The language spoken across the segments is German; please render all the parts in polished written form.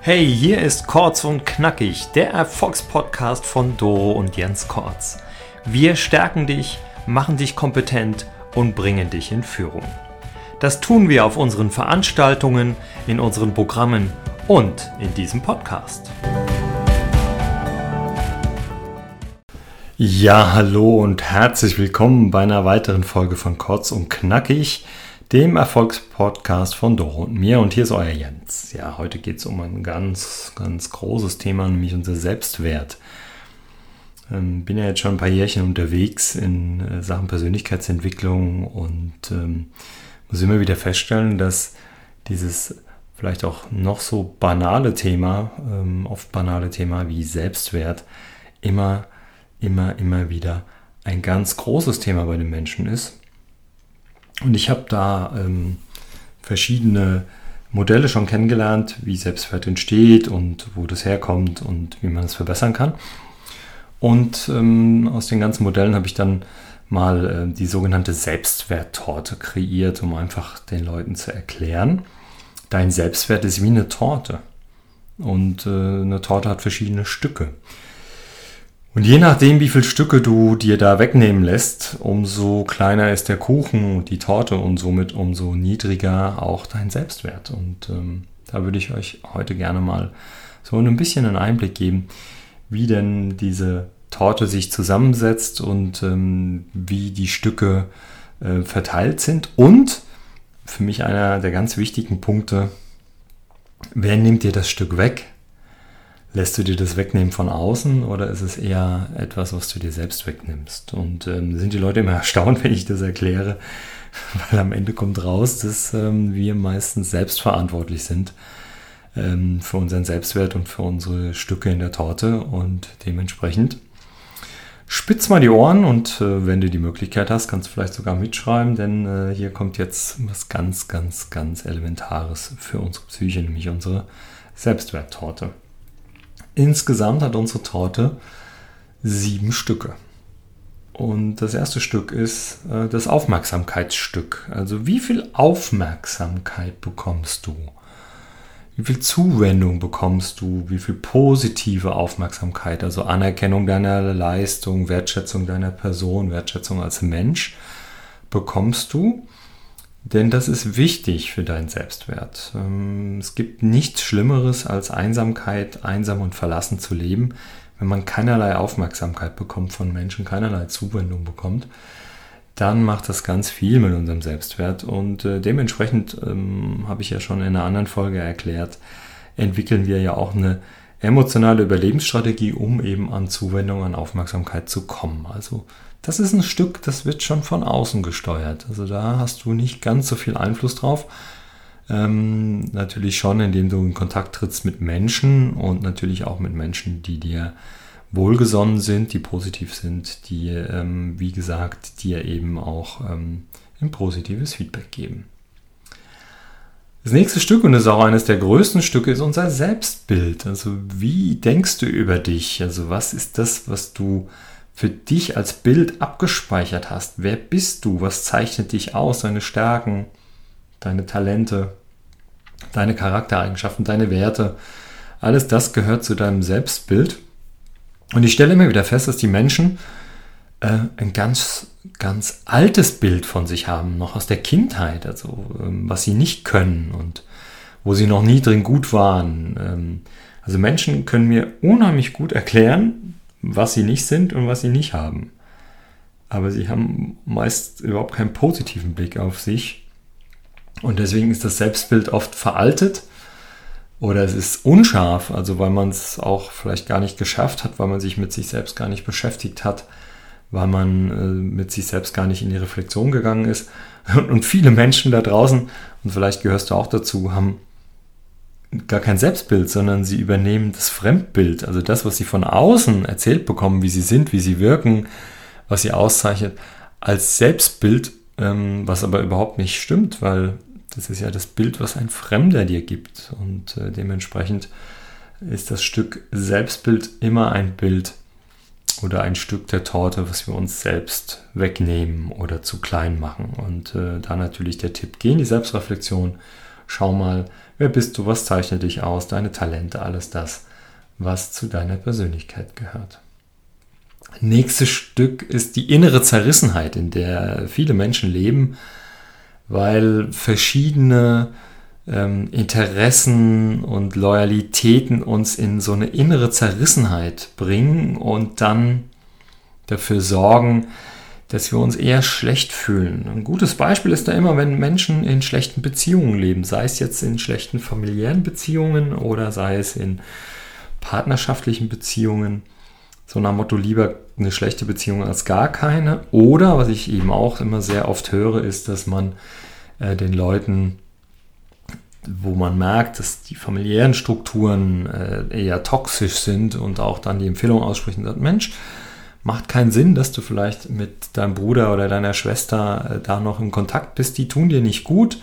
Hey, hier ist Kurz und Knackig, der Erfolgspodcast von Doro und Jens Kortz. Wir stärken dich, machen dich kompetent und bringen dich in Führung. Das tun wir auf unseren Veranstaltungen, in unseren Programmen und in diesem Podcast. Ja, hallo und herzlich willkommen bei einer weiteren Folge von Kurz und Knackig, dem Erfolgspodcast von Doro und mir. Und hier ist euer Jens. Ja, heute geht es um ein ganz großes Thema, nämlich unser Selbstwert. Bin ja jetzt schon ein paar Jährchen unterwegs in Sachen Persönlichkeitsentwicklung und muss immer wieder feststellen, dass dieses vielleicht auch noch so banale Thema, oft banale Thema wie Selbstwert immer wieder ein ganz großes Thema bei den Menschen ist. Und ich habe da verschiedene Modelle schon kennengelernt, wie Selbstwert entsteht und wo das herkommt und wie man es verbessern kann. Und aus den ganzen Modellen habe ich dann mal die sogenannte Selbstwerttorte kreiert, um einfach den Leuten zu erklären, dein Selbstwert ist wie eine Torte. Und eine Torte hat verschiedene Stücke. Und je nachdem, wie viele Stücke du dir da wegnehmen lässt, umso kleiner ist der Kuchen, die Torte und somit umso niedriger auch dein Selbstwert. Und da würde ich euch heute gerne mal so ein bisschen einen Einblick geben, wie denn diese Torte sich zusammensetzt und wie die Stücke verteilt sind. Und für mich einer der ganz wichtigen Punkte, wer nimmt dir das Stück weg? Lässt du dir das wegnehmen von außen oder ist es eher etwas, was du dir selbst wegnimmst? Und sind die Leute immer erstaunt, wenn ich das erkläre, weil am Ende kommt raus, dass wir meistens selbst verantwortlich sind für unseren Selbstwert und für unsere Stücke in der Torte und dementsprechend spitz mal die Ohren und wenn du die Möglichkeit hast, kannst du vielleicht sogar mitschreiben, denn hier kommt jetzt was ganz Elementares für unsere Psyche, nämlich unsere Selbstwerttorte. Insgesamt hat unsere Torte 7 Stücke. Und das erste Stück ist das Aufmerksamkeitsstück. Also wie viel Aufmerksamkeit bekommst du? Wie viel Zuwendung bekommst du? Wie viel positive Aufmerksamkeit, also Anerkennung deiner Leistung, Wertschätzung deiner Person, Wertschätzung als Mensch bekommst du? Denn das ist wichtig für deinen Selbstwert. Es gibt nichts Schlimmeres als Einsamkeit, einsam und verlassen zu leben, wenn man keinerlei Aufmerksamkeit bekommt von Menschen, keinerlei Zuwendung bekommt. Dann macht das ganz viel mit unserem Selbstwert und dementsprechend, habe ich ja schon in einer anderen Folge erklärt, entwickeln wir ja auch eine emotionale Überlebensstrategie, um eben an Zuwendung, an Aufmerksamkeit zu kommen. Also das ist ein Stück, das wird schon von außen gesteuert. Also da hast du nicht ganz so viel Einfluss drauf. Natürlich schon, indem du in Kontakt trittst mit Menschen und natürlich auch mit Menschen, die dir wohlgesonnen sind, die positiv sind, die, wie gesagt, dir eben auch ein positives Feedback geben. Das nächste Stück, und das ist auch eines der größten Stücke, ist unser Selbstbild. Also wie denkst du über dich? Also was ist das, was du für dich als Bild abgespeichert hast? Wer bist du? Was zeichnet dich aus? Deine Stärken, deine Talente, deine Charaktereigenschaften, deine Werte. Alles das gehört zu deinem Selbstbild. Und ich stelle immer wieder fest, dass die Menschen ein ganz altes Bild von sich haben, noch aus der Kindheit, also was sie nicht können und wo sie noch nie drin gut waren. Also Menschen können mir unheimlich gut erklären, was sie nicht sind und was sie nicht haben. Aber sie haben meist überhaupt keinen positiven Blick auf sich. Und deswegen ist das Selbstbild oft veraltet oder es ist unscharf, also weil man es auch vielleicht gar nicht geschafft hat, weil man sich mit sich selbst gar nicht beschäftigt hat, weil man mit sich selbst gar nicht in die Reflexion gegangen ist. Und viele Menschen da draußen, und vielleicht gehörst du auch dazu, haben gar kein Selbstbild, sondern sie übernehmen das Fremdbild, also das, was sie von außen erzählt bekommen, wie sie sind, wie sie wirken, was sie auszeichnet, als Selbstbild, was aber überhaupt nicht stimmt, weil das ist ja das Bild, was ein Fremder dir gibt und dementsprechend ist das Stück Selbstbild immer ein Bild oder ein Stück der Torte, was wir uns selbst wegnehmen oder zu klein machen und da natürlich der Tipp, geh in die Selbstreflexion, schau mal, wer bist du, was zeichnet dich aus, deine Talente, alles das, was zu deiner Persönlichkeit gehört. Nächstes Stück ist die innere Zerrissenheit, in der viele Menschen leben, weil verschiedene Interessen und Loyalitäten uns in so eine innere Zerrissenheit bringen und dann dafür sorgen, dass wir uns eher schlecht fühlen. Ein gutes Beispiel ist da immer, wenn Menschen in schlechten Beziehungen leben, sei es jetzt in schlechten familiären Beziehungen oder sei es in partnerschaftlichen Beziehungen. So nach Motto, lieber eine schlechte Beziehung als gar keine. Oder, was ich eben auch immer sehr oft höre, ist, dass man den Leuten, wo man merkt, dass die familiären Strukturen eher toxisch sind und auch dann die Empfehlung aussprechen, sagt, Mensch, macht keinen Sinn, dass du vielleicht mit deinem Bruder oder deiner Schwester da noch in Kontakt bist, die tun dir nicht gut,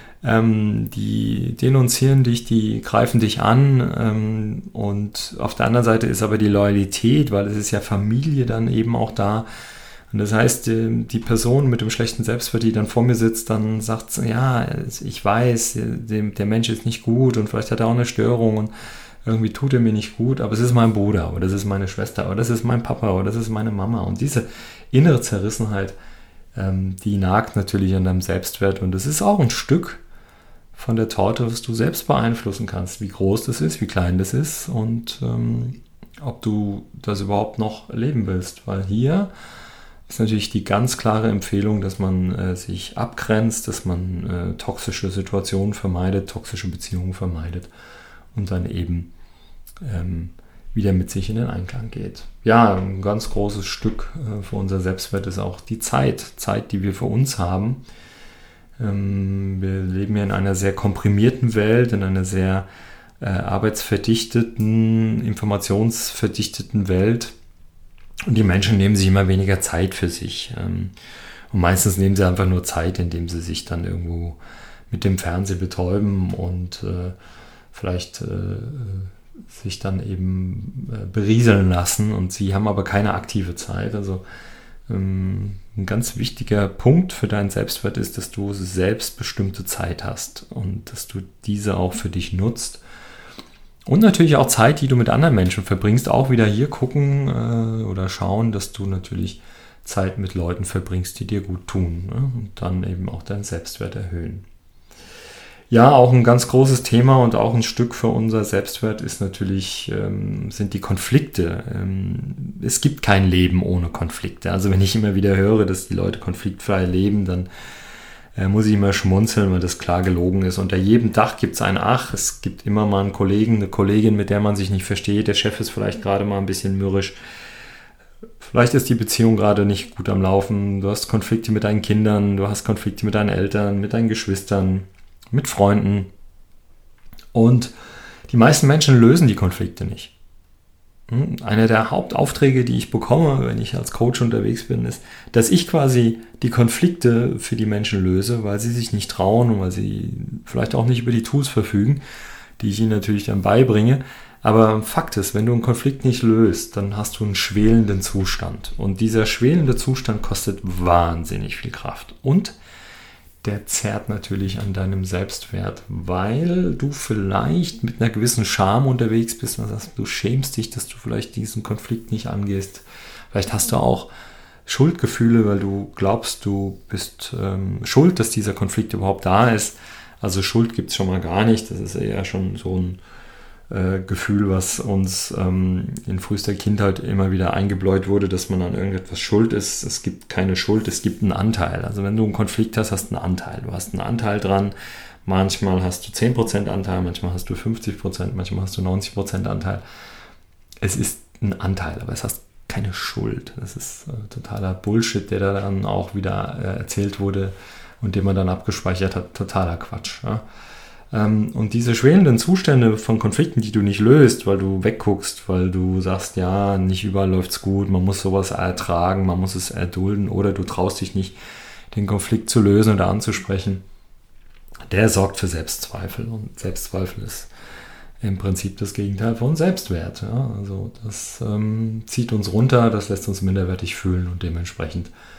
die denunzieren dich, die greifen dich an und auf der anderen Seite ist aber die Loyalität, weil es ist ja Familie dann eben auch da. Und das heißt, die Person mit dem schlechten Selbstwert, die dann vor mir sitzt, dann sagt, ja, ich weiß, der Mensch ist nicht gut und vielleicht hat er auch eine Störung und irgendwie tut er mir nicht gut, aber es ist mein Bruder oder das ist meine Schwester oder das ist mein Papa oder das ist meine Mama. Und diese innere Zerrissenheit, die nagt natürlich an deinem Selbstwert und das ist auch ein Stück von der Torte, was du selbst beeinflussen kannst, wie groß das ist, wie klein das ist und ob du das überhaupt noch leben willst, weil hier ist natürlich die ganz klare Empfehlung, dass man sich abgrenzt, dass man toxische Situationen vermeidet, toxische Beziehungen vermeidet und dann eben wieder mit sich in den Einklang geht. Ja, ein ganz großes Stück für unser Selbstwert ist auch die Zeit, die wir für uns haben. Wir leben ja in einer sehr komprimierten Welt, in einer sehr arbeitsverdichteten, informationsverdichteten Welt. Und die Menschen nehmen sich immer weniger Zeit für sich. Und meistens nehmen sie einfach nur Zeit, indem sie sich dann irgendwo mit dem Fernsehen betäuben und vielleicht sich dann eben berieseln lassen. Und sie haben aber keine aktive Zeit. Also ein ganz wichtiger Punkt für deinen Selbstwert ist, dass du selbstbestimmte Zeit hast und dass du diese auch für dich nutzt. Und natürlich auch Zeit, die du mit anderen Menschen verbringst, auch wieder hier gucken oder schauen, dass du natürlich Zeit mit Leuten verbringst, die dir gut tun, ne? Und dann eben auch deinen Selbstwert erhöhen. Ja, auch ein ganz großes Thema und auch ein Stück für unser Selbstwert ist natürlich, sind die Konflikte. Es gibt kein Leben ohne Konflikte. Also wenn ich immer wieder höre, dass die Leute konfliktfrei leben, dann muss ich immer schmunzeln, weil das klar gelogen ist. Unter jedem Dach gibt es ein Ach. Es gibt immer mal einen Kollegen, eine Kollegin, mit der man sich nicht versteht. Der Chef ist vielleicht gerade mal ein bisschen mürrisch. Vielleicht ist die Beziehung gerade nicht gut am Laufen. Du hast Konflikte mit deinen Kindern, du hast Konflikte mit deinen Eltern, mit deinen Geschwistern, mit Freunden. Und die meisten Menschen lösen die Konflikte nicht. Einer der Hauptaufträge, die ich bekomme, wenn ich als Coach unterwegs bin, ist, dass ich quasi die Konflikte für die Menschen löse, weil sie sich nicht trauen und weil sie vielleicht auch nicht über die Tools verfügen, die ich ihnen natürlich dann beibringe. Aber Fakt ist, wenn du einen Konflikt nicht löst, dann hast du einen schwelenden Zustand. Und dieser schwelende Zustand kostet wahnsinnig viel Kraft. Und der zerrt natürlich an deinem Selbstwert, weil du vielleicht mit einer gewissen Scham unterwegs bist und sagst, du schämst dich, dass du vielleicht diesen Konflikt nicht angehst. Vielleicht hast du auch Schuldgefühle, weil du glaubst, du bist schuld, dass dieser Konflikt überhaupt da ist. Also Schuld gibt es schon mal gar nicht. Das ist eher schon so ein Gefühl, was uns in frühester Kindheit immer wieder eingebläut wurde, dass man an irgendetwas schuld ist. Es gibt keine Schuld, es gibt einen Anteil. Also wenn du einen Konflikt hast, hast du einen Anteil. Du hast einen Anteil dran. Manchmal hast du 10% Anteil, manchmal hast du 50%, manchmal hast du 90% Anteil. Es ist ein Anteil, aber es hast keine Schuld. Das ist totaler Bullshit, der da dann auch wieder erzählt wurde und den man dann abgespeichert hat. Totaler Quatsch. Ja? Und diese schwelenden Zustände von Konflikten, die du nicht löst, weil du wegguckst, weil du sagst, ja, nicht überall läuft's gut, man muss sowas ertragen, man muss es erdulden oder du traust dich nicht, den Konflikt zu lösen oder anzusprechen, der sorgt für Selbstzweifel. Und Selbstzweifel ist im Prinzip das Gegenteil von Selbstwert. Ja? Also das zieht uns runter, das lässt uns minderwertig fühlen und dementsprechend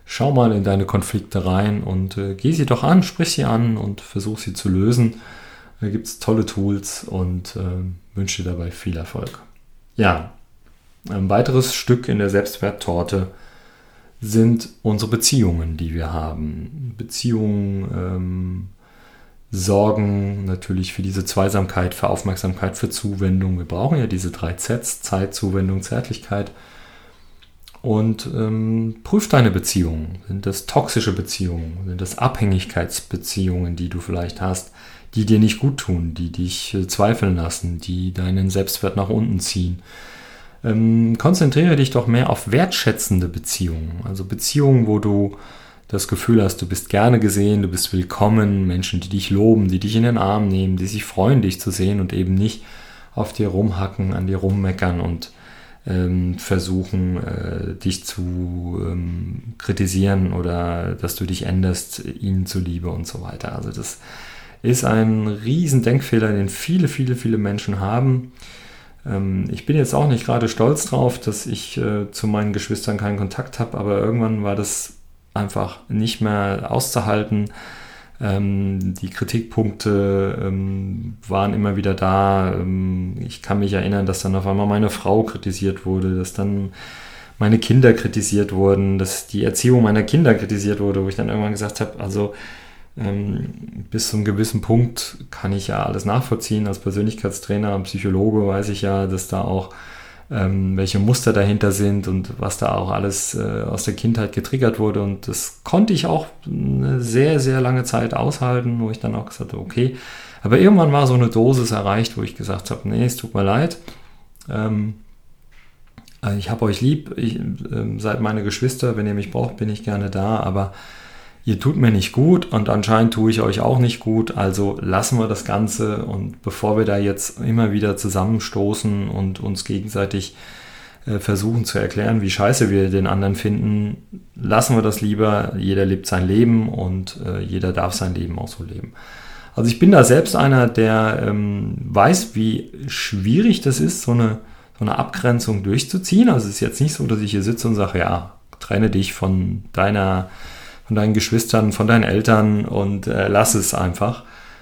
schau mal in deine Konflikte rein und geh sie doch an, sprich sie an und versuch sie zu lösen. Da gibt es tolle Tools und wünsche dir dabei viel Erfolg. Ja, ein weiteres Stück in der Selbstwerttorte sind unsere Beziehungen, die wir haben. Beziehungen sorgen natürlich für diese Zweisamkeit, für Aufmerksamkeit, für Zuwendung. Wir brauchen ja diese 3 Zs, Zeit, Zuwendung, Zärtlichkeit. Und prüf deine Beziehungen. Sind das toxische Beziehungen? Sind das Abhängigkeitsbeziehungen, die du vielleicht hast, die dir nicht gut tun, die dich zweifeln lassen, die deinen Selbstwert nach unten ziehen? Konzentriere dich doch mehr auf wertschätzende Beziehungen. Also Beziehungen, wo du das Gefühl hast, du bist gerne gesehen, du bist willkommen, Menschen, die dich loben, die dich in den Arm nehmen, die sich freuen, dich zu sehen und eben nicht auf dir rumhacken, an dir rummeckern und versuchen, dich zu kritisieren oder dass du dich änderst, ihnen zuliebe und so weiter. Also das ist ein riesen Denkfehler, den viele, viele, viele Menschen haben. Ich bin jetzt auch nicht gerade stolz drauf, dass ich zu meinen Geschwistern keinen Kontakt habe, aber irgendwann war das einfach nicht mehr auszuhalten. Die Kritikpunkte waren immer wieder da. Ich kann mich erinnern, dass dann auf einmal meine Frau kritisiert wurde, dass dann meine Kinder kritisiert wurden, dass die Erziehung meiner Kinder kritisiert wurde, wo ich dann irgendwann gesagt habe, also bis zu einem gewissen Punkt kann ich ja alles nachvollziehen. Als Persönlichkeitstrainer und Psychologe weiß ich ja, dass da auch welche Muster dahinter sind und was da auch alles aus der Kindheit getriggert wurde. Und das konnte ich auch eine sehr, sehr lange Zeit aushalten, wo ich dann auch gesagt habe, okay. Aber irgendwann war so eine Dosis erreicht, wo ich gesagt habe, nee, es tut mir leid. Ich habe euch lieb, seid meine Geschwister, wenn ihr mich braucht, bin ich gerne da, aber ihr tut mir nicht gut und anscheinend tue ich euch auch nicht gut, also lassen wir das Ganze und bevor wir da jetzt immer wieder zusammenstoßen und uns gegenseitig versuchen zu erklären, wie scheiße wir den anderen finden, lassen wir das lieber, jeder lebt sein Leben und jeder darf sein Leben auch so leben. Also ich bin da selbst einer, der weiß, wie schwierig das ist, so eine Abgrenzung durchzuziehen. Also es ist jetzt nicht so, dass ich hier sitze und sage, ja, trenne dich von deinen Geschwistern, von deinen Eltern und lass es einfach.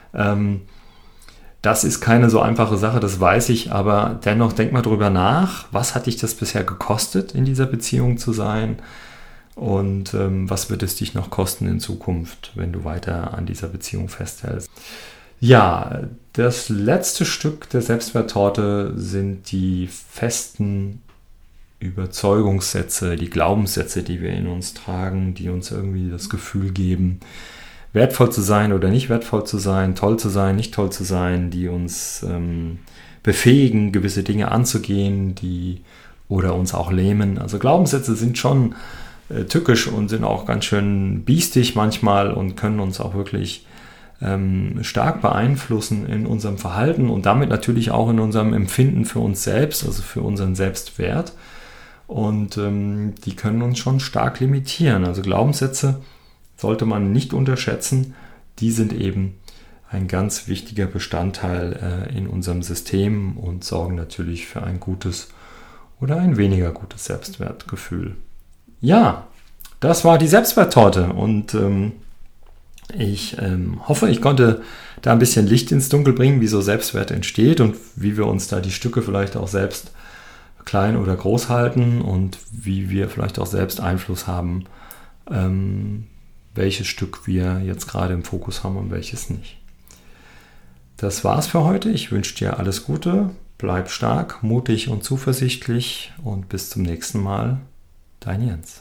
Das ist keine so einfache Sache, das weiß ich, aber dennoch denk mal drüber nach, was hat dich das bisher gekostet, in dieser Beziehung zu sein und was wird es dich noch kosten in Zukunft, wenn du weiter an dieser Beziehung festhältst. Ja, das letzte Stück der Selbstwerttorte sind die festen Überzeugungssätze, die Glaubenssätze, die wir in uns tragen, die uns irgendwie das Gefühl geben, wertvoll zu sein oder nicht wertvoll zu sein, toll zu sein, nicht toll zu sein, die uns befähigen, gewisse Dinge anzugehen, oder uns auch lähmen. Also Glaubenssätze sind schon tückisch und sind auch ganz schön biestig manchmal und können uns auch wirklich stark beeinflussen in unserem Verhalten und damit natürlich auch in unserem Empfinden für uns selbst, also für unseren Selbstwert. Und die können uns schon stark limitieren. Also Glaubenssätze sollte man nicht unterschätzen. Die sind eben ein ganz wichtiger Bestandteil in unserem System und sorgen natürlich für ein gutes oder ein weniger gutes Selbstwertgefühl. Ja, das war die Selbstwerttorte und ich hoffe, ich konnte da ein bisschen Licht ins Dunkel bringen, wie so Selbstwert entsteht und wie wir uns da die Stücke vielleicht auch selbst klein oder groß halten und wie wir vielleicht auch selbst Einfluss haben, welches Stück wir jetzt gerade im Fokus haben und welches nicht. Das war's für heute. Ich wünsche dir alles Gute, bleib stark, mutig und zuversichtlich und bis zum nächsten Mal. Dein Jens.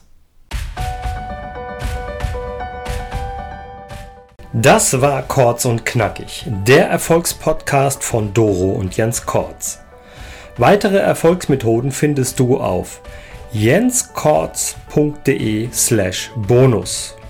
Das war Kortz und Knackig, der Erfolgspodcast von Doro und Jens Kortz. Weitere Erfolgsmethoden findest du auf jenskortz.de/bonus.